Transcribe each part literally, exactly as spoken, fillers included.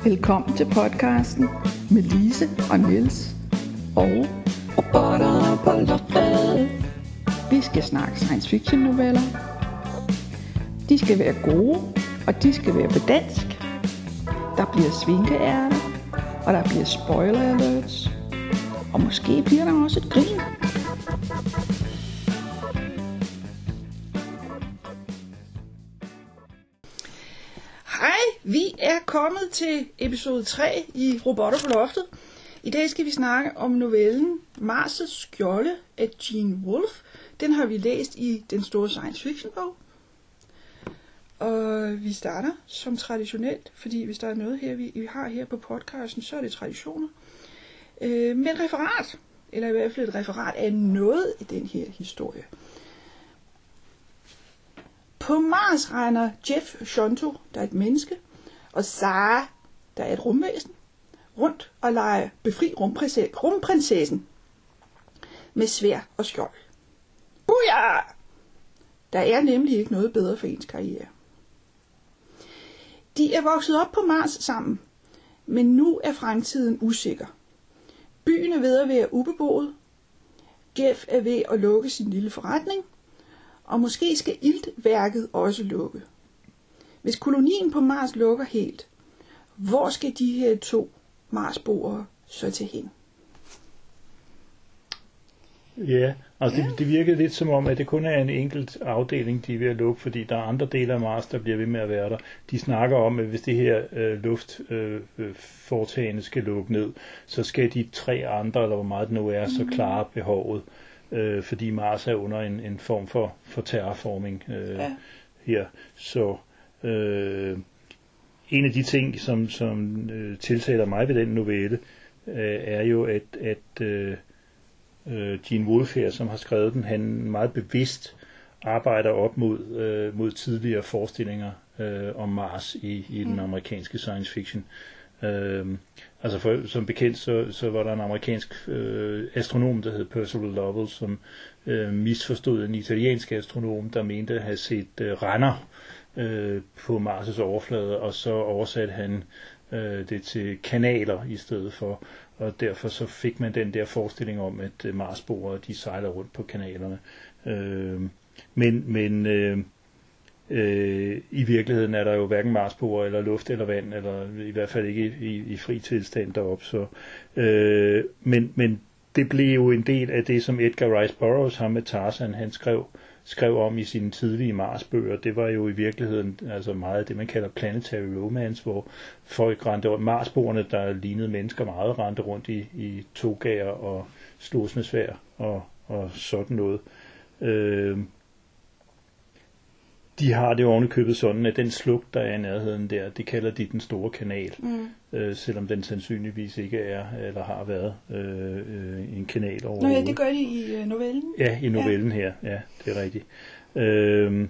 Velkommen til podcasten med Lise og Niels og robotter på loftet. Vi skal snakke science fiction noveller. De skal være gode, og de skal være på dansk. Der bliver svinkeærter, og der bliver spoiler alerts. Og måske bliver der også et grin. Hej, vi er kommet til episode tre i Robotter på loftet. I dag skal vi snakke om novellen Mars' skjolde af Gene Wolfe. Den har vi læst i Den store science fiction bog. Og vi starter som traditionelt, fordi hvis der er noget her, vi, vi har her på podcasten, så er det traditioner. Øh, med et referat, eller i hvert fald et referat af noget i den her historie. På Mars regner Jeff Shonto, der er et menneske, og Sarah, der er et rumvæsen, rundt og leger befri rumprinsessen med sværd og skjold. Buja! Der er nemlig ikke noget bedre for ens karriere. De er vokset op på Mars sammen, men nu er fremtiden usikker. Byen er ved at være ubeboet. Jeff er ved at lukke sin lille forretning, og måske skal iltværket også lukke. Hvis kolonien på Mars lukker helt, hvor skal de her to Marsboere så til hen? Ja, altså ja. Det, det virkede lidt som om, at det kun er en enkelt afdeling, de er ved at lukke, fordi der er andre dele af Mars, der bliver ved med at være der. De snakker om, at hvis det her øh, luftforetagende øh, skal lukke ned, så skal de tre andre, eller hvor meget det nu er, så klare behovet, øh, fordi Mars er under en, en form for, for terraforming øh, ja. her. Så øh, en af de ting, som, som øh, tiltaler mig ved den novelle, øh, er jo, at, at øh, Gene Wolfe her, som har skrevet den, han meget bevidst arbejder op mod, øh, mod tidligere forestillinger øh, om Mars i, i den amerikanske science fiction. Øh, altså for, som bekendt, så, så var der en amerikansk øh, astronom, der hed Percival Lovell, som øh, misforstod en italiensk astronom, der mente at have set øh, render øh, på Mars' overflade, og så oversatte han øh, det til kanaler i stedet for. Og derfor så fik man den der forestilling om, at Marsboere, de sejler rundt på kanalerne. Øh, men men øh, øh, i virkeligheden er der jo hverken Marsboere eller luft eller vand, eller i hvert fald ikke i, i, i fri tilstand deroppe. Så, øh, men, men det blev jo en del af det, som Edgar Rice Burroughs, ham med Tarzan, han skrev, skrev om i sine tidlige Mars-bøger. Det var jo i virkeligheden altså meget af det, man kalder planetary romance, hvor folk rendte rundt, Marsboerne, der lignede mennesker meget, rendte rundt i, i togaer og slås med sværd og, og sådan noget. Øh, de har det ovenikøbet sådan, at den slugt, der er i nærheden der, det kalder de den store kanal, mm. øh, selvom den sandsynligvis ikke er, eller har været øh, øh, en kanal overhovedet. Nå ja, det gør de i øh, novellen. Ja, i novellen ja. her, ja, det er rigtigt. Øh,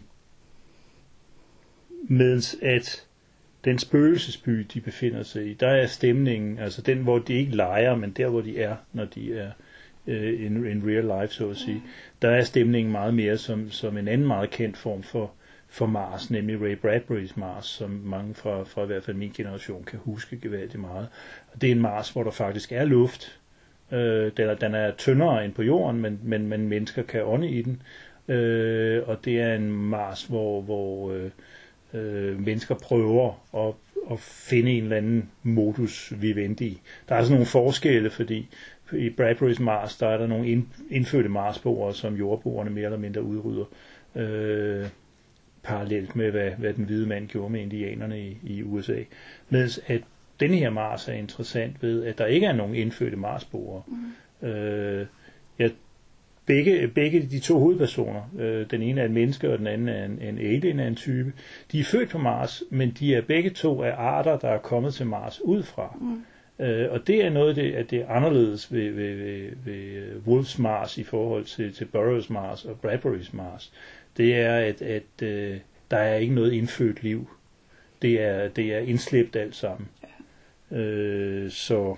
mens at den spøgelsesby, de befinder sig i, der er stemningen, altså den, hvor de ikke leger, men der, hvor de er, når de er øh, in, in real life, så at sige, mm. der er stemningen meget mere som, som en anden meget kendt form for for Mars, nemlig Ray Bradburys Mars, som mange fra, fra i hvert fald min generation kan huske gevaldigt meget. Og det er en Mars, hvor der faktisk er luft. Øh, den, er, den er tyndere end på jorden, men, men, men mennesker kan ånde i den. Øh, og det er en Mars, hvor, hvor øh, øh, mennesker prøver at, at finde en eller anden modus vivendi. Der er altså nogle forskelle, fordi i Bradburys Mars, der er der nogle ind, indfødte Marsboere, som jordboerne mere eller mindre udrydder. Øh, parallelt med, hvad, hvad den hvide mand gjorde med indianerne i, i U S A. Mens at denne her Mars er interessant ved, at der ikke er nogen indfødte Marsboere. Mm. Øh, ja, begge, begge de to hovedpersoner, øh, den ene er et menneske, og den anden er en, en alien af en type, de er født på Mars, men de er begge to af arter, der er kommet til Mars ud fra. Mm. Øh, og det er noget af det, at det er anderledes ved, ved, ved, ved Wolfes Mars i forhold til, til Burroughs Mars og Bradburys Mars. Det er, at, at øh, der er ikke noget indfødt liv. Det er, det er indslæbt alt sammen. Ja. Øh, så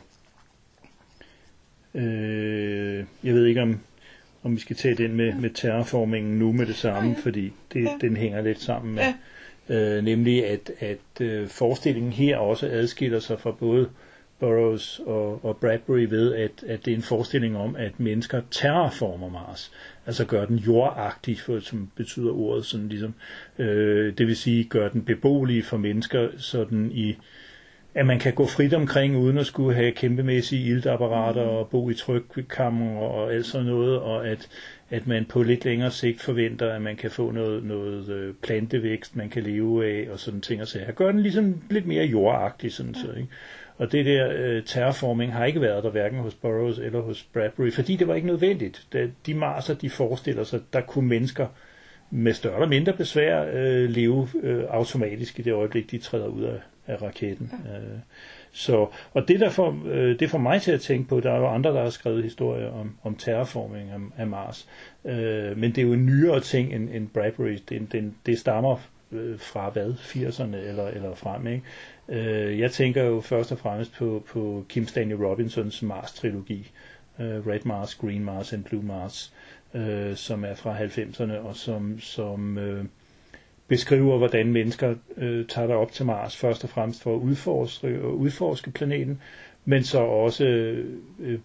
øh, jeg ved ikke, om, om vi skal tage den med, med terraformingen nu med det samme, ja, ja. fordi det, ja. den hænger lidt sammen med, øh, nemlig at, at øh, forestillingen her også adskiller sig fra både Burroughs og, og Bradbury ved, at, at det er en forestilling om, at mennesker terraformer Mars, altså gør den jordagtig, for, som betyder ordet sådan ligesom, øh, det vil sige gør den beboelig for mennesker, sådan i at man kan gå frit omkring uden at skulle have kæmpemæssige iltapparater og bo i trykkammer og alt sådan noget, og at, at man på lidt længere sigt forventer, at man kan få noget, noget plantevækst, man kan leve af og sådan ting og sager. Gør den ligesom lidt mere jordagtig, sådan så, ikke? Og det der øh, terraforming har ikke været der hverken hos Burroughs eller hos Bradbury, fordi det var ikke nødvendigt. De Marser, de forestiller sig, der kunne mennesker med større eller mindre besvær øh, leve øh, automatisk i det øjeblik, de træder ud af, af raketten. Ja. Øh, så, og det, der får, øh, det får mig til at tænke på, der er jo andre, der har skrevet historier om, om terraforming af, af Mars. Øh, men det er jo en nyere ting end, end Bradbury. Det, det, det stammer øh, fra hvad? firserne eller, eller frem, ikke? Øh, jeg tænker jo først og fremmest på, på Kim Stanley Robinsons Mars-trilogi. Øh, Red Mars, Green Mars and Blue Mars. Øh, som er fra halvfemserne, og som, som øh, beskriver, hvordan mennesker øh, tager op til Mars, først og fremmest for at udforske, udforske planeten, men så også øh,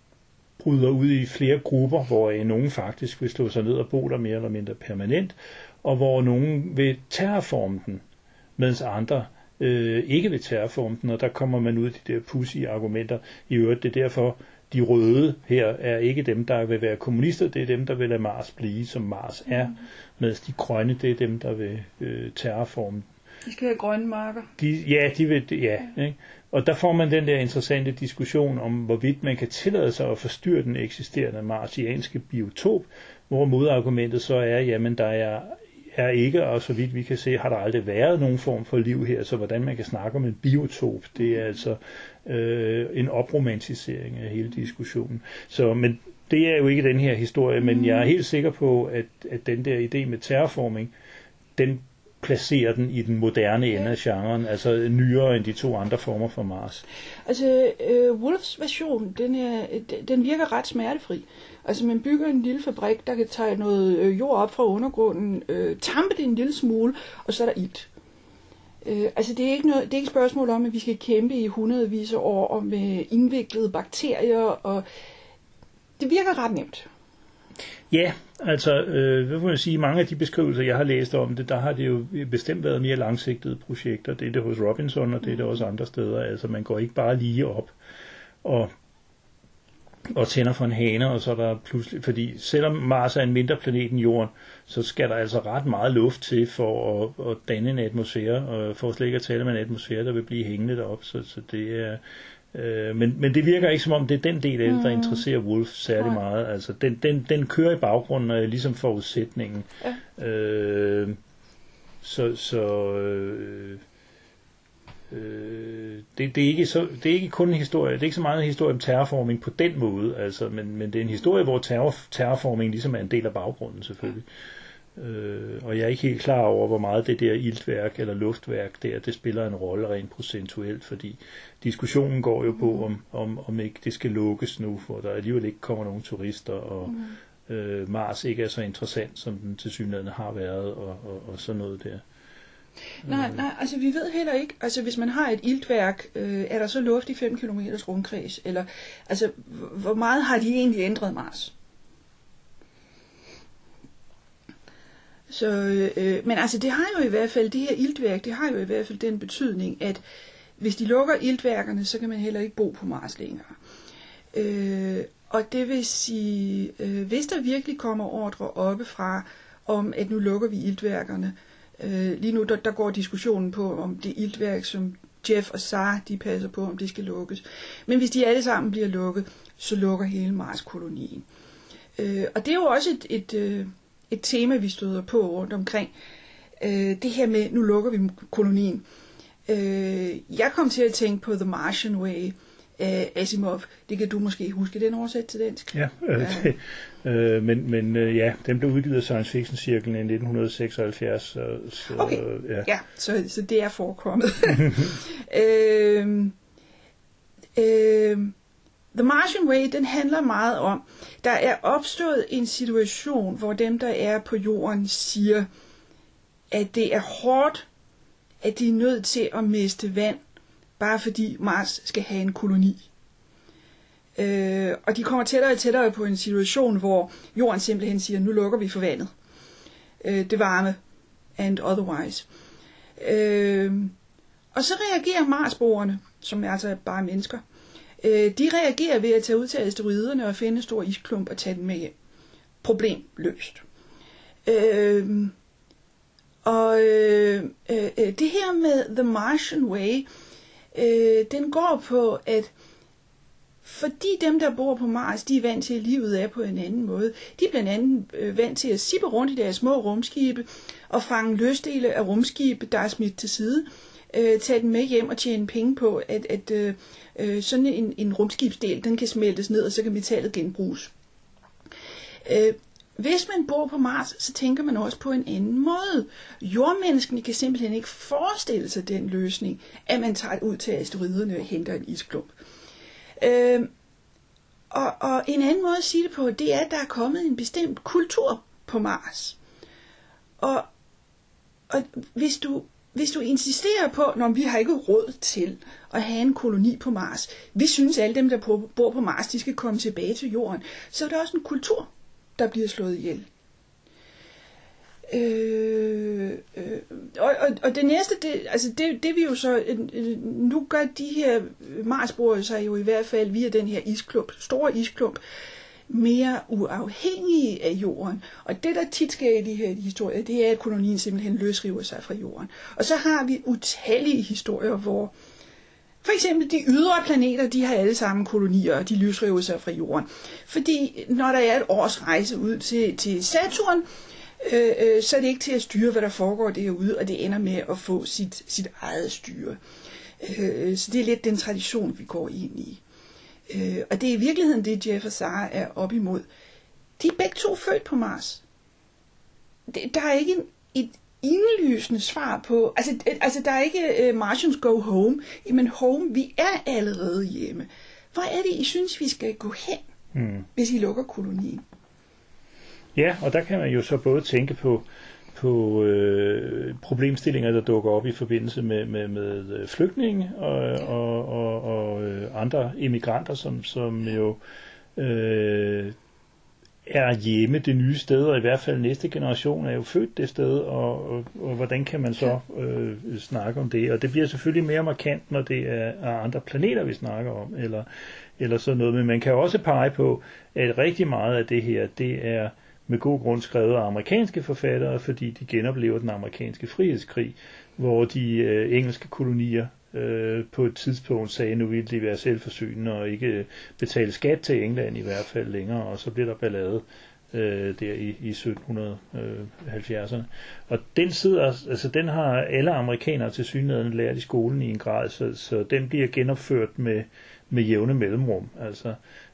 bryder ud i flere grupper, hvor nogen faktisk vil slå sig ned og bo der mere eller mindre permanent, og hvor nogen vil terraforme den, mens andre øh, ikke vil terraforme den, og der kommer man ud i de der pudsige argumenter. I øvrigt, det er derfor, de røde her er ikke dem, der vil være kommunister, det er dem, der vil lade Mars blive, som Mars er, mm. mens de grønne, det er dem, der vil øh, terraforme. De skal have grønne marker. De, ja, de vil, ja. Ikke? Og der får man den der interessante diskussion om, hvorvidt man kan tillade sig at forstyrre den eksisterende marsianske biotop, hvor modargumentet så er, jamen der er er ikke, og så vidt vi kan se, har der aldrig været nogen form for liv her, så hvordan man kan snakke om en biotop, det er altså øh, en opromantisering af hele diskussionen. Så, men det er jo ikke den her historie, men jeg er helt sikker på, at, at den der idé med terraforming, den placerer den i den moderne ende af genren, altså nyere end de to andre former for Mars. Altså, øh, Wolfs version, den, er, den virker ret smertefri. Altså, man bygger en lille fabrik, der kan tage noget øh, jord op fra undergrunden, øh, tampe det en lille smule, og så er der ilt. Øh, altså, det er, ikke noget, det er ikke et spørgsmål om, at vi skal kæmpe i hundredvis af år med indviklede bakterier, og det virker ret nemt. Ja, altså, øh, hvad må jeg sige, mange af de beskrivelser, jeg har læst om det, der har det jo bestemt været mere langsigtede projekter. Det er det hos Robinson, og det er det også andre steder. Altså, man går ikke bare lige op og, og tænder for en hane, og så er der pludselig, fordi selvom Mars er en mindre planet end Jorden, så skal der altså ret meget luft til for at, at danne en atmosfære, og for slet ikke at tale med en atmosfære, der vil blive hængende derop, så, så det er... Men, men det virker ikke som om, det er den del af det, der interesserer Wolf særlig meget. Altså, den, den, den kører i baggrunden af ligesom forudsætningen. Ja. Øh, så så øh, øh, det, det, er ikke så, det er ikke kun en historie, det er ikke så meget en historie om terraforming på den måde, altså, men, men det er en historie, hvor terror, terraforming ligesom er en del af baggrunden selvfølgelig. Øh, og jeg er ikke helt klar over, hvor meget det der iltværk eller luftværk der, det spiller en rolle rent procentuelt, fordi diskussionen går jo på, om, om, om ikke det skal lukkes nu, for der alligevel ikke kommer nogen turister, og mm. øh, Mars ikke er så interessant, som den tilsyneladende har været, og, og, og sådan noget der. Nej, nej, altså vi ved heller ikke, altså hvis man har et iltværk, øh, er der så luft i fem kilometers rundkreds, eller altså hvor meget har de egentlig ændret Mars? Så, øh, men altså det har jo i hvert fald, det her iltværk, det har jo i hvert fald den betydning, at hvis de lukker iltværkerne, så kan man heller ikke bo på Mars længere. Øh, og det vil sige, øh, hvis der virkelig kommer ordre oppefra, om at nu lukker vi iltværkerne, øh, lige nu der, der går diskussionen på, om det iltværk, som Jeff og Sarah, de passer på, om det skal lukkes. Men hvis de alle sammen bliver lukket, så lukker hele Mars-kolonien. Øh, og det er jo også et... et øh, et tema, vi støder på rundt omkring. Øh, det her med, nu lukker vi kolonien. Øh, jeg kom til at tænke på The Martian Way af Asimov. Det kan du måske huske, den oversat til dansk. Ja, øh, ja. Det, øh, men, men øh, ja, den blev udgivet af Science Fiction Cirklen i nitten seksoghalvfjerds. Så, så, okay, ja, ja så, så det er forekommet. øh, øh, The Martian Way, den handler meget om, der er opstået en situation, hvor dem, der er på jorden, siger, at det er hårdt at de er nødt til at miste vand, bare fordi Mars skal have en koloni. Øh, og de kommer tættere og tættere på en situation, hvor jorden simpelthen siger, nu lukker vi for vandet. Øh, det varme and otherwise. Øh, og så reagerer Marsboerne, som er altså bare mennesker, øh, de reagerer ved at tage ud til asteroiderne og finde en stor isklump og tage den med hjem. Problem løst. Øh, og øh, øh, det her med The Martian Way, øh, den går på, at fordi dem, der bor på Mars, de er vant til, at livet er på en anden måde. De er blandt andet øh, vant til at sippe rundt i deres små rumskibe og fange løsdele af rumskibe, der er smidt til side, øh, tage den med hjem og tjene penge på, at, at øh, sådan en, en rumskibsdel, den kan smeltes ned, og så kan metallet genbruges. Øh, Hvis man bor på Mars, så tænker man også på en anden måde. Jordmenneskene kan simpelthen ikke forestille sig den løsning, at man tager ud til asteroiderne og henter en isklump. Øh, og, og en anden måde at sige det på, det er, at der er kommet en bestemt kultur på Mars. Og, og hvis du hvis du insisterer på, når vi har ikke råd til at have en koloni på Mars, vi synes alle dem, der bor på Mars, de skal komme tilbage til jorden, så er der også en kultur, der bliver slået ihjel. Øh, øh, og, og, og det næste, det, altså det, det vi jo så, øh, nu gør de her Marsboere sig jo i hvert fald via den her isklump, store isklump, mere uafhængige af jorden. Og det, der tit sker i de her historier, det er, at kolonien simpelthen løsriver sig fra jorden. Og så har vi utallige historier, hvor for eksempel de ydre planeter, de har alle sammen kolonier, og de løsriver sig fra jorden. Fordi når der er et års rejse ud til, til Saturn, øh, øh, så er det ikke til at styre, hvad der foregår derude, og det ender med at få sit, sit eget styre. Øh, så det er lidt den tradition, vi går ind i. Øh, og det er i virkeligheden det, Jeff og Sarah er op imod. De er begge to født på Mars. Det, der er ikke en, et indlysende svar på, altså, altså der er ikke uh, Martians go home, men home, vi er allerede hjemme. Hvor er det, I synes, vi skal gå hen, hmm. hvis I lukker kolonien? Ja, og der kan man jo så både tænke på, på øh, problemstillinger, der dukker op i forbindelse med, med, med flygtninge og, og, og, og andre immigranter, som, som jo øh, er hjemme det nye sted, og i hvert fald næste generation er jo født det sted, og, og, og hvordan kan man så øh, snakke om det? Og det bliver selvfølgelig mere markant, når det er andre planeter, vi snakker om, eller, eller sådan noget. Men man kan også pege på, at rigtig meget af det her, det er med god grund skrevet af amerikanske forfattere, fordi de genoplever den amerikanske frihedskrig, hvor de øh, engelske kolonier øh, på et tidspunkt sagde, nu ville de være selvforsynende og ikke betale skat til England i hvert fald længere, og så blev der ballade øh, der i, i sytten halvfjerdserne. Og den sidder, altså den har alle amerikanere til synligheden lært i skolen i en grad, så, så den bliver genopført med, med jævne mellemrum. Altså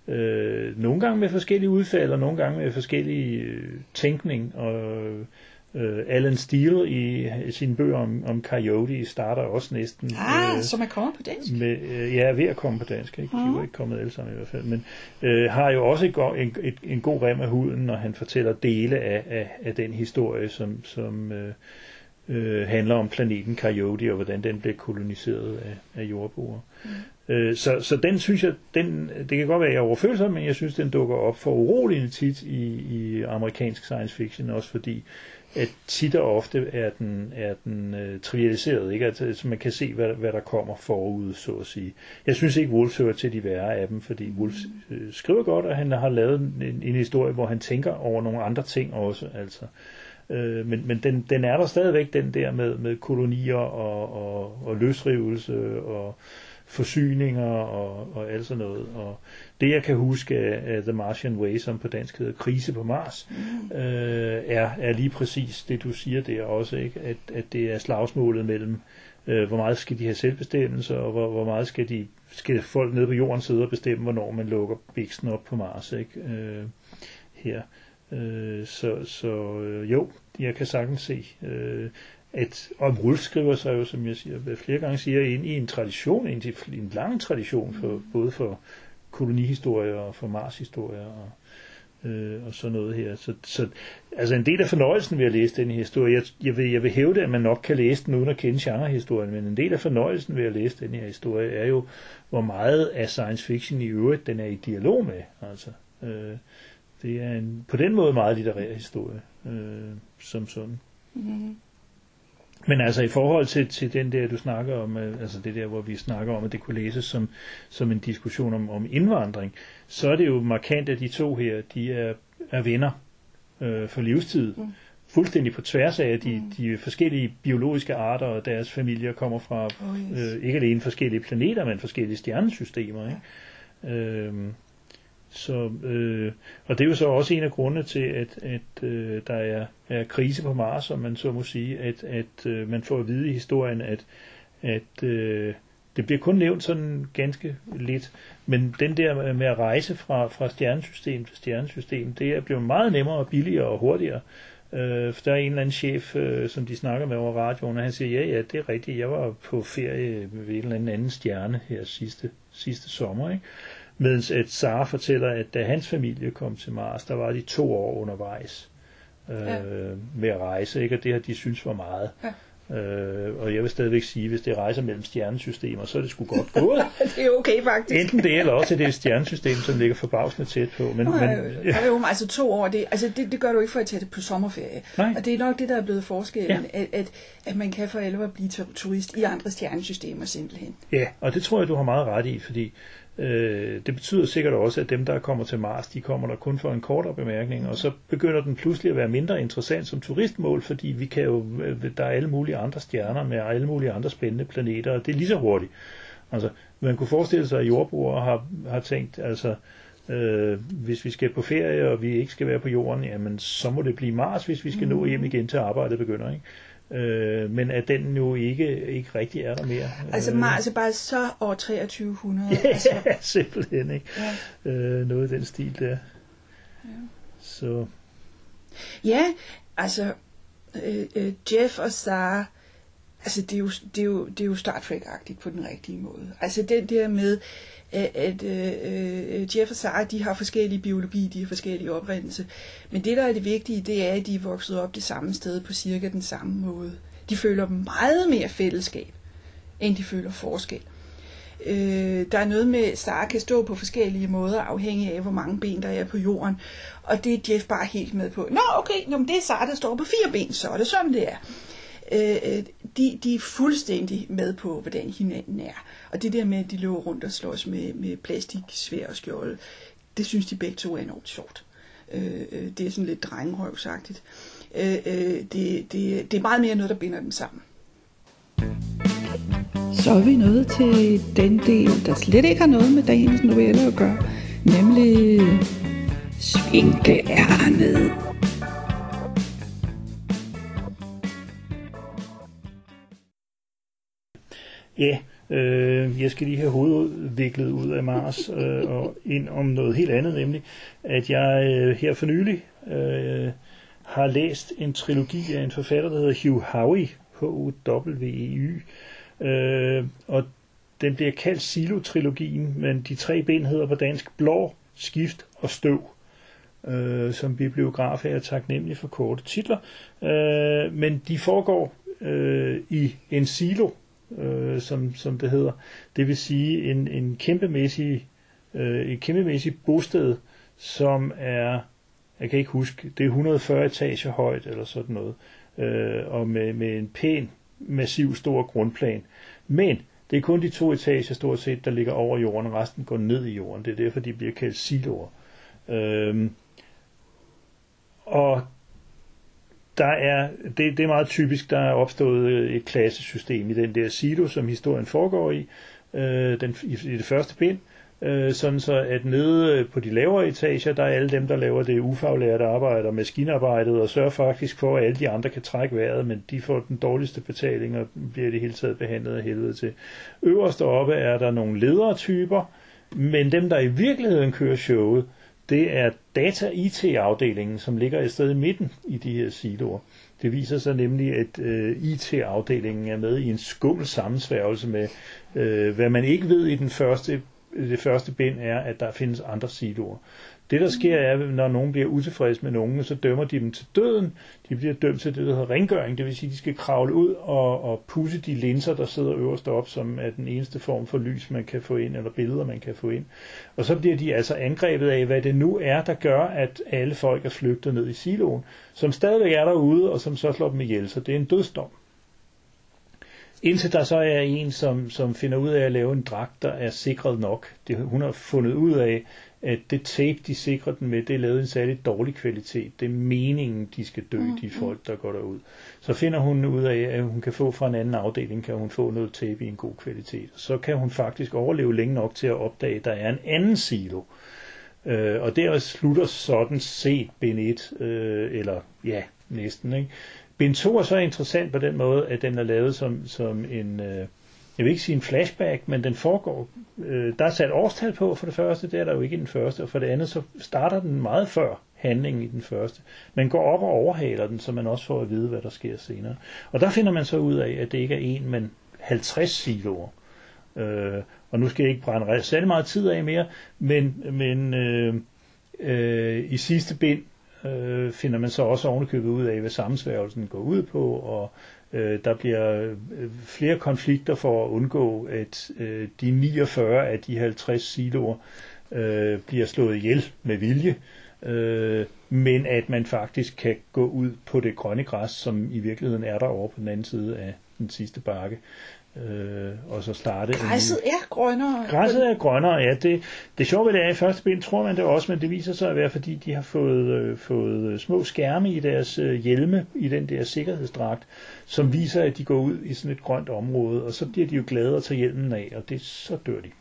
Øh, nogle gange med forskellige udfald, og nogle gange med forskellige øh, tænkning, og øh, Alan Steele i, i sine bøger om, om Coyote starter også næsten ah, øh, som er kommet på dansk med, øh, ja, ved at komme på dansk, ikke? De er jo ikke kommet alle sammen i hvert fald, men øh, har jo også et, et, et, en god rem af huden, når han fortæller dele af, af, af den historie, som, som øh, øh, handler om planeten Coyote, og hvordan den blev koloniseret af, af jordboere. Mm. Så, så den synes jeg, den, det kan godt være, at jeg er overfølsom, men jeg synes, den dukker op for uroligende tit i, i amerikansk science fiction, også fordi, at tit og ofte er den, er den uh, trivialiseret, ikke? Altså, så man kan se, hvad, hvad der kommer forud, så at sige. Jeg synes ikke, Wolf hører til de værre af dem, fordi Wolf uh, skriver godt, og han har lavet en, en historie, hvor han tænker over nogle andre ting også, altså. Uh, men men den, den er der stadigvæk, den der med, med kolonier og, og, og løsrivelse og forsyninger og, og alt sådan noget. Og det, jeg kan huske af, af The Martian Way, som på dansk hedder Krise på Mars, mm. øh, er, er lige præcis det, du siger der også, ikke? At, at det er slagsmålet mellem, øh, hvor meget skal de have selvbestemmelse, og hvor, hvor meget skal, de, skal folk nede på jorden sidde og bestemme, hvornår man lukker biksen op på Mars, ikke? Øh, her. Øh, så så øh, jo, jeg kan sagtens se øh, at, og Wolf skriver sig jo, som jeg siger, flere gange siger, ind i en tradition, ind i en lang tradition, for, både for kolonihistorier og for Mars-historier. Og, øh, og sådan noget her. Så, så altså en del af fornøjelsen ved at læse den historie, jeg, jeg, vil, jeg vil hævde, at man nok kan læse den uden at kende genrehistorien, men en del af fornøjelsen ved at læse den her historie er jo, hvor meget af science fiction i øvrigt den er i dialog med. Altså, øh, det er en, på den måde meget litterær historie, øh, som sådan. Mm-hmm. Men altså i forhold til, til den der, du snakker om, altså det der, hvor vi snakker om, at det kunne læses som, som en diskussion om, om indvandring, så er det jo markant, at de to her, de er, er venner øh, for livstid. Mm. Fuldstændig på tværs af, at de, mm. de forskellige biologiske arter og deres familier kommer fra, oh, yes. øh, ikke alene forskellige planeter, men forskellige stjernesystemer. Ikke? Øh, Så, øh, og det er jo så også en af grundene til, at, at øh, der er, er krise på Mars, om man så må sige, at, at øh, man får at vide i historien, at, at øh, det bliver kun nævnt sådan ganske lidt, men den der med at rejse fra, fra stjernesystem til stjernesystem, det er blevet meget nemmere og billigere og hurtigere. Øh, for der er en eller anden chef, øh, som de snakker med over radioen, og han siger, ja, ja, det er rigtigt, jeg var på ferie ved en eller anden anden stjerne her sidste, sidste sommer, ikke? Mens at Sarah fortæller, at da hans familie kom til Mars, der var de to år undervejs øh, ja. med at rejse, ikke? Og det har de synes var meget. Ja. Øh, og jeg vil stadigvæk sige, hvis det rejser mellem stjernesystemer, så er det sgu godt gået. Det er okay faktisk. Enten det, eller også det er et stjernesystem, som ligger forbavsende tæt på. Men, Nå, men, ja. Jo, altså to år, det, altså det, det gør du ikke for at tage det på sommerferie. Nej. Og det er nok det, der er blevet forskellen, ja. at, at, at man kan for alvor blive turist i andre stjernesystemer simpelthen. Ja, og det tror jeg, du har meget ret i, fordi Øh, det betyder sikkert også, at dem, der kommer til Mars, de kommer der kun for en kortere bemærkning, og så begynder den pludselig at være mindre interessant som turistmål, fordi vi kan jo, der er alle mulige andre stjerner med alle mulige andre spændende planeter, og det er lige så hurtigt. Altså, man kunne forestille sig, at jordbrugere har, har tænkt, altså, øh, hvis vi skal på ferie, og vi ikke skal være på jorden, jamen, så må det blive Mars, hvis vi skal nå hjem igen til arbejdet begynder, ikke? Øh, men at den jo ikke, ikke rigtig er der mere. Altså Mars er bare så år treogtyve hundrede. Ja, altså. simpelthen, ikke? Ja. Øh, noget af den stil der. Ja. Så. Ja, altså øh, øh, Jeff og Sarah, altså det er jo, det er jo, det er jo Star Trek-agtigt på den rigtige måde. Altså det der med, at, at øh, Jeff og Sarah, de har forskellige biologi, de har forskellige oprindelse. Men det, der er det vigtige, det er, at de er vokset op det samme sted på cirka den samme måde. De føler meget mere fællesskab, end de føler forskel. Øh, der er noget med, Sarah kan stå på forskellige måder, afhængig af, hvor mange ben der er på jorden. Og det er Jeff bare helt med på. Nå, okay, nå, det er Sarah, der står på fire ben, så er det sådan, det er. Øh, de, de er fuldstændig med på, hvordan hinanden er. Og det der med, at de løber rundt og slås med, med plastik, svær og skjolde, det synes de begge to er enormt sjovt. Øh, det er sådan lidt drengerøvsagtigt. Øh, det, det, det er meget mere noget, der binder dem sammen. Så er vi nået til den del, der slet ikke har noget med dagens novelle at gøre, nemlig Svinkeærnet. Ja, øh, jeg skal lige have hovedudviklet ud af Mars øh, og ind om noget helt andet, nemlig at jeg øh, her for nylig øh, har læst en trilogi af en forfatter, der hedder Hugh Howey, H O W E Y, øh, og den bliver kaldt Silo-trilogien, men de tre bind hedder på dansk Blår, Skift og Støv. Øh, som bibliograf er jeg taknemmelig for korte titler, øh, men de foregår øh, i en silo, Øh, som, som det hedder. Det vil sige en, en kæmpemæssig, øh, et kæmpemæssigt bosted, som er, jeg kan ikke huske, det er et hundrede og fyrre etager højt, eller sådan noget, øh, og med, med en pæn, massiv, stor grundplan. Men det er kun de to etager stort set, der ligger over jorden, og resten går ned i jorden. Det er derfor, de bliver kaldt siloer. Øh, og Der er, det, det er meget typisk, der er opstået et klassesystem i den der silo, som historien foregår i, øh, den, i, i det første bind, øh, sådan så at nede på de lavere etager, der er alle dem, der laver det ufaglærte arbejde og maskinarbejdet, og sørger faktisk for, at alle de andre kan trække vejret, men de får den dårligste betaling og bliver det hele taget behandlet af helvede til. Øverst oppe er der nogle ledertyper, men dem, der i virkeligheden kører showet, det er data-I T-afdelingen, som ligger et sted i midten i de her siloer. Det viser sig nemlig, at øh, I T-afdelingen er med i en skummel sammensværgelse med, øh, hvad man ikke ved i den første det første bind er, at der findes andre siloer. Det, der sker, er, når nogen bliver utilfreds med nogen, så dømmer de dem til døden. De bliver dømt til det, der hedder rengøring. Det vil sige, at de skal kravle ud og, og pudse de linser, der sidder øverst op, som er den eneste form for lys, man kan få ind, eller billeder, man kan få ind. Og så bliver de altså angrebet af, hvad det nu er, der gør, at alle folk er flygtet ned i siloen, som stadigvæk er derude, og som så slår dem ihjel. Så det er en dødsdom. Indtil der så er en, som, som finder ud af at lave en dragt, der er sikret nok. Det, hun har fundet ud af, at det tape, de sikrer den med, det er lavet en særlig dårlig kvalitet. Det er meningen, de skal dø, de folk, der går derud. Så finder hun ud af, at hun kan få fra en anden afdeling, kan hun få noget tape i en god kvalitet. Så kan hun faktisk overleve længe nok til at opdage, at der er en anden silo. Øh, og der slutter sådan set bind et, øh, eller ja, næsten, ikke? Bind to er så interessant på den måde, at den er lavet som, som en, øh, jeg vil ikke sige en flashback, men den foregår, øh, der er sat årstal på for det første, det er der jo ikke i den første, og for det andet så starter den meget før handlingen i den første. Man går op og overhaler den, så man også får at vide, hvad der sker senere. Og der finder man så ud af, at det ikke er en, men halvtreds siloer. Øh, og nu skal jeg ikke brænde særlig meget tid af mere, men, men øh, øh, i sidste bind, Øh, finder man så også ovenikøbet ud af, hvad sammensværgelsen går ud på, og øh, der bliver øh, flere konflikter for at undgå, at øh, de niogfyrre af de halvtreds siloer øh, bliver slået ihjel med vilje, øh, men at man faktisk kan gå ud på det grønne græs, som i virkeligheden er derovre på den anden side af den sidste bakke. Øh, og så starte græsset en... er grønnere. Græsset er grønnere, ja. Det, det sjove ved det er i første bind, tror man det også, men det viser sig at være, fordi de har fået, øh, fået små skærme i deres øh, hjelme, i den der sikkerhedsdragt, som viser, at de går ud i sådan et grønt område, og så bliver de jo glade at tage hjelmen af, og det, så dør de.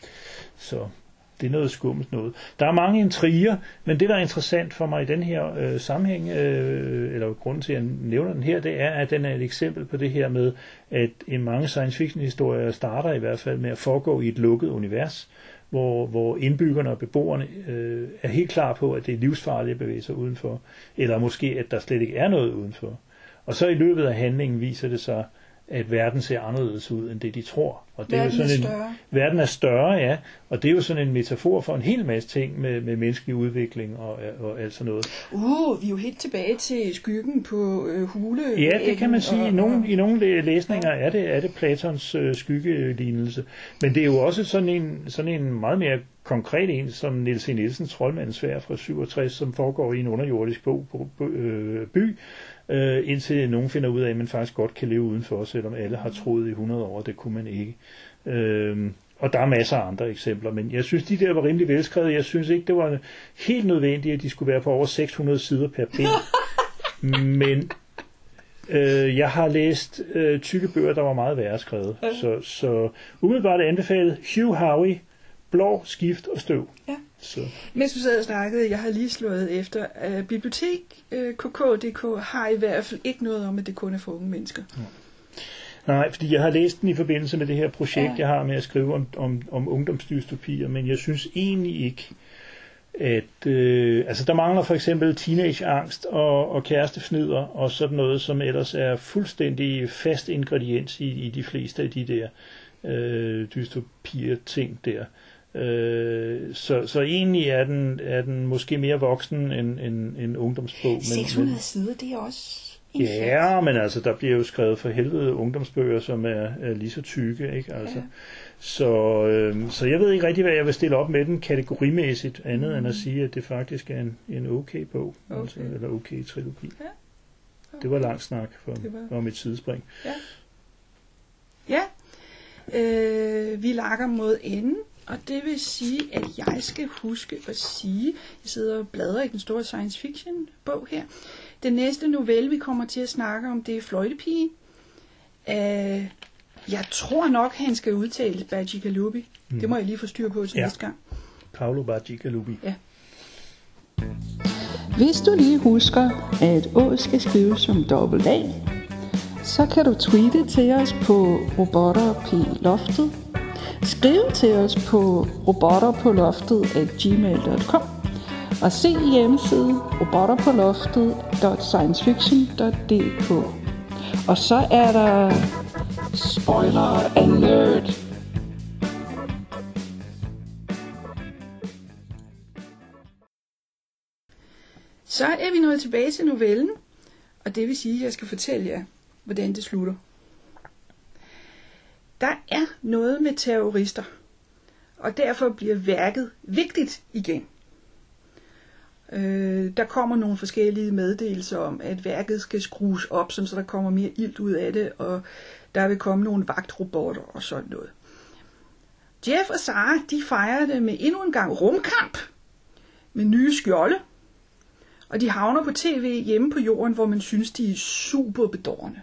Så det er noget skummelt noget. Der er mange intriger, men det, der er interessant for mig i den her øh, sammenhæng, øh, eller grunden til, at jeg nævner den her, det er, at den er et eksempel på det her med, at en mange science fiction historier starter i hvert fald med at foregå i et lukket univers, hvor, hvor indbyggerne og beboerne øh, er helt klar på, at det er livsfarligt at bevæge sig udenfor, eller måske, at der slet ikke er noget udenfor. Og så i løbet af handlingen viser det sig, at verden ser anderledes ud, end det de tror. Og det verden er jo sådan er større. En, verden er større, ja. Og det er jo sådan en metafor for en hel masse ting med, med menneskelig udvikling og, og alt sådan noget. Uh, vi er jo helt tilbage til skyggen på øh, hule. Ja, det kan man sige. Og, I nogle, i nogle læsninger er det, er det Platons øh, skyggelignelse. Men det er jo også sådan en, sådan en meget mere konkret en, som Niels E. Nielsens Troldmandens Sværd fra syvogtres, som foregår i en underjordisk bo, bo, øh, by, øh, indtil nogen finder ud af, at man faktisk godt kan leve udenfor, selvom alle har troet i hundrede år, det kunne man ikke. Øh, og der er masser af andre eksempler, men jeg synes, de der var rimelig velskrevet. Jeg synes ikke, det var helt nødvendigt, at de skulle være på over seks hundrede sider per bind. Men øh, jeg har læst øh, tykke bøger, der var meget værre skrevet. Ja. Så, så umiddelbart anbefalet Hugh Howey, Blå, Skift og Støv. Ja. Så. Mens du sad og snakkede, jeg har lige slået efter, at bibliotek uh, K K punktum D K har i hvert fald ikke noget om, at det kun er for unge mennesker. Ja. Nej, fordi jeg har læst den i forbindelse med det her projekt, ja. jeg har med at skrive om, om, om ungdomsdystopier, men jeg synes egentlig ikke, at øh, altså der mangler for eksempel teenageangst og, og kærestefnider og sådan noget, som ellers er fuldstændig fast ingrediens i, i de fleste af de der øh, dystopier ting der. Øh, så, så egentlig er den, er den måske mere voksen end en, en ungdomsbog. seks hundrede men, sider, det er også... Ja, men altså, der bliver jo skrevet for helvede ungdomsbøger, som er, er lige så tykke, ikke? Altså, ja. så, øh, så jeg ved ikke rigtig, hvad jeg vil stille op med den kategorimæssigt, andet mm. end at sige, at det faktisk er en, en okay bog, okay. Altså, eller okay trilogi. Ja. Okay. Det var lang snak for, var... om et sidespring. Ja, ja. Øh, vi lakker mod enden. Og det vil sige, at jeg skal huske at sige, jeg sidder og bladrer i den store science fiction bog her. Den næste novelle, vi kommer til at snakke om, det er Fløjtepigen. Uh, jeg tror nok, han skal udtale Bacigalupi. Mm. Det må jeg lige få styr på til ja. næste gang. Paolo Bacigalupi. Ja. Hvis du lige husker, at Å skal skrives som dobbelt A, så kan du tweete til os på robotter p loftet. Skriv til os på robotterpåloftet at gmail punktum com og se hjemmesiden robotterpåloftet punktum sciencefiction punktum d k. Og så er der spoiler alert. Så er vi nået tilbage til novellen, og det vil sige, at jeg skal fortælle jer, hvordan det slutter. Der er noget med terrorister, og derfor bliver værket vigtigt igen. Øh, der kommer nogle forskellige meddelelser om, at værket skal skrues op, så der kommer mere ilt ud af det, og der vil komme nogle vagtrobotter og sådan noget. Jeff og Sarah, de fejrer det med endnu en gang rumkamp, med nye skjolde, og de havner på tv hjemme på jorden, hvor man synes, de er super bedårende.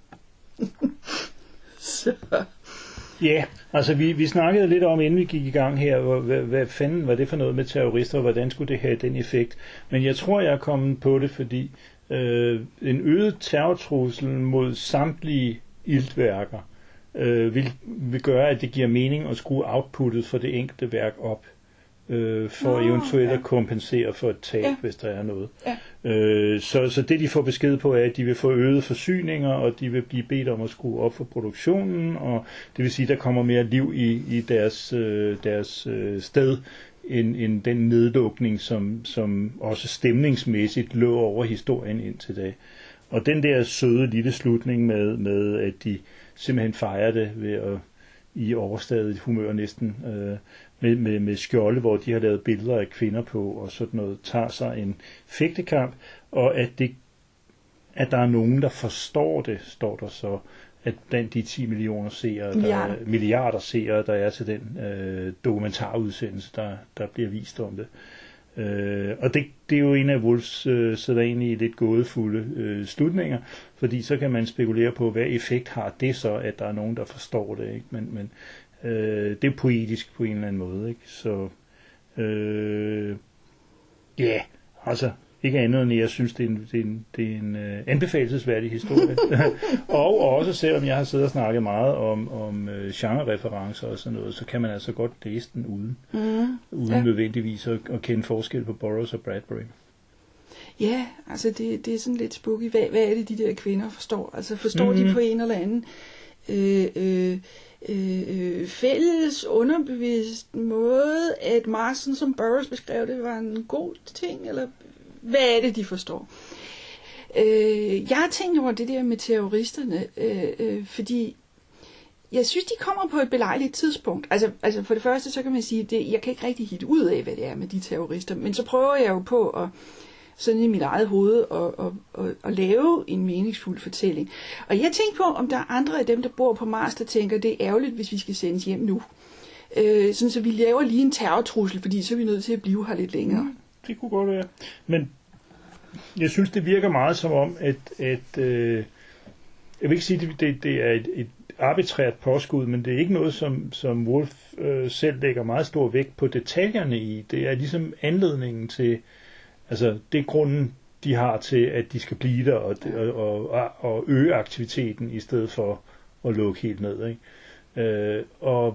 Så... Ja, altså vi, vi snakkede lidt om, inden vi gik i gang her, hvad, hvad, hvad fanden var det for noget med terrorister, og hvordan skulle det have den effekt. Men jeg tror, jeg er kommet på det, fordi øh, en øget terrortrussel mod samtlige iltværker øh, vil, vil gøre, at det giver mening at skrue outputtet for det enkelte værk op, øh, for Nå, eventuelt ja. at kompensere for et tab, ja. hvis der er noget. Ja. Øh, så, så det de får besked på er, at de vil få øgede forsyninger, og de vil blive bedt om at skrue op for produktionen, og det vil sige, at der kommer mere liv i, i deres, øh, deres øh, sted, end, end den nedlukning, som, som også stemningsmæssigt lå over historien indtil da. Og den der søde lille slutning med, med at de simpelthen fejrer det ved at i overstadigt humør næsten, øh, med, med, med skjolde, hvor de har lavet billeder af kvinder på, og sådan noget, tager sig en fægtekamp, og at, det, at der er nogen, der forstår det, står der så, at blandt de ti millioner seere, milliarder, der, milliarder seere, der er til den øh, dokumentarudsendelse, der, der bliver vist om det. Øh, og det, det er jo en af Wolfs øh, sædvanlige lidt gådefulde øh, slutninger, fordi så kan man spekulere på, hvad effekt har det så, at der er nogen, der forstår det, ikke? Men, men øh, det er poetisk på en eller anden måde, ikke? Så øh, ja, yeah, altså ikke andet end jeg synes, det er en, det er en, det er en uh, anbefalelsesværdig historie. Og også selvom jeg har siddet og snakket meget om, om uh, genre-referencer og sådan noget, så kan man altså godt læse den uden, mm, uden ja. nødvendigvis at, at kende forskel på Burroughs og Bradbury. Ja, altså det, det er sådan lidt spooky. Hvad, hvad er det, de der kvinder forstår? Altså forstår mm-hmm. de på en eller anden øh, øh, øh, fælles, underbevidst måde, at Marston, som Burroughs beskrev det, var en god ting, eller hvad er det, de forstår? Øh, jeg har tænkt over det der med terroristerne, øh, øh, fordi jeg synes, de kommer på et belejligt tidspunkt. Altså, altså for det første, så kan man sige, at jeg kan ikke rigtig hitte ud af, hvad det er med de terrorister, men så prøver jeg jo på at sådan i mit eget hoved og, og, og, og lave en meningsfuld fortælling. Og jeg tænker på, om der er andre af dem, der bor på Mars, der tænker, det er ærgerligt, hvis vi skal sendes hjem nu. Øh, sådan så vi laver lige en terrortrussel, fordi så er vi nødt til at blive her lidt længere. Mm. Det kunne godt være. Men jeg synes, det virker meget som om, at, at øh, jeg vil ikke sige, at det, det er et, et arbitrært påskud, men det er ikke noget, som, som Wolf øh, selv lægger meget stor vægt på detaljerne i. Det er ligesom anledningen til, altså det er grunden, de har til, at de skal blive der og, og, og, og øge aktiviteten, i stedet for at lukke helt ned. Ikke? Øh, og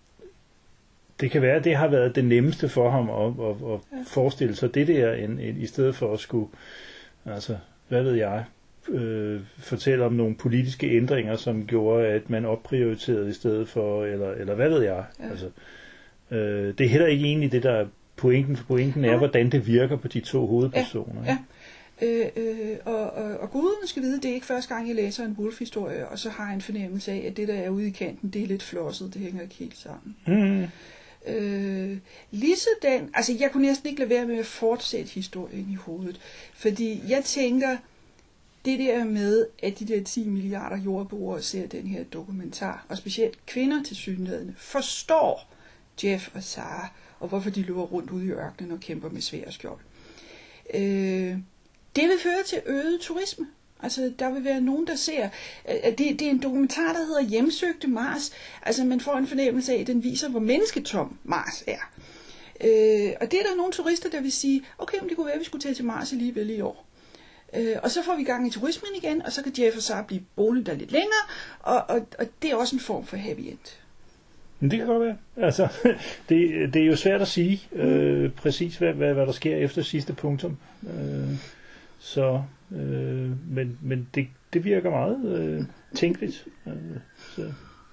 det kan være, at det har været det nemmeste for ham at, at, at ja. forestille sig det der, en, en, i stedet for at skulle, altså, hvad ved jeg, øh, fortælle om nogle politiske ændringer, som gjorde, at man opprioriterede i stedet for, eller, eller hvad ved jeg. Ja. Altså, øh, det er heller ikke egentlig det, der er pointen, for pointen er, ja. hvordan det virker på de to hovedpersoner. Ja. Ja. Øh, øh, og, og, og guden skal vide, det er ikke første gang, jeg læser en Wolf-historie, og så har jeg en fornemmelse af, at det, der er ude i kanten, det er lidt flosset, det hænger ikke helt sammen. Mm. Øh, lige sådan, altså jeg kunne næsten ikke lade være med at fortsætte historien i hovedet, fordi jeg tænker, det der med, at de der ti milliarder jordboere ser den her dokumentar, og specielt kvinder til synligheden, forstår Jeff og Sarah, og hvorfor de løber rundt ude i ørkenen og kæmper med svær skjold. Øh, det vil føre til øget turisme. Altså, der vil være nogen, der ser, at det, det er en dokumentar, der hedder Hjemsøgte Mars. Altså, man får en fornemmelse af, at den viser, hvor mennesketom Mars er. Øh, og det er der nogle turister, der vil sige, okay, men det kunne være, at vi skulle tage til Mars alligevel i år. Øh, og så får vi gang i turismen igen, og så kan Jeff og Sarah blive boende der lidt længere, og, og, og det er også en form for happy end. Men det kan godt være. Altså, det, det er jo svært at sige øh, præcis, hvad, hvad, hvad der sker efter sidste punktum. Øh, så, øh, men, men det, det virker meget øh, tænkeligt. Øh, så.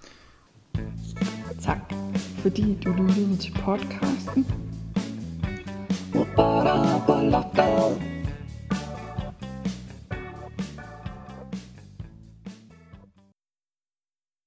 Tak, fordi du lyttede til podcasten.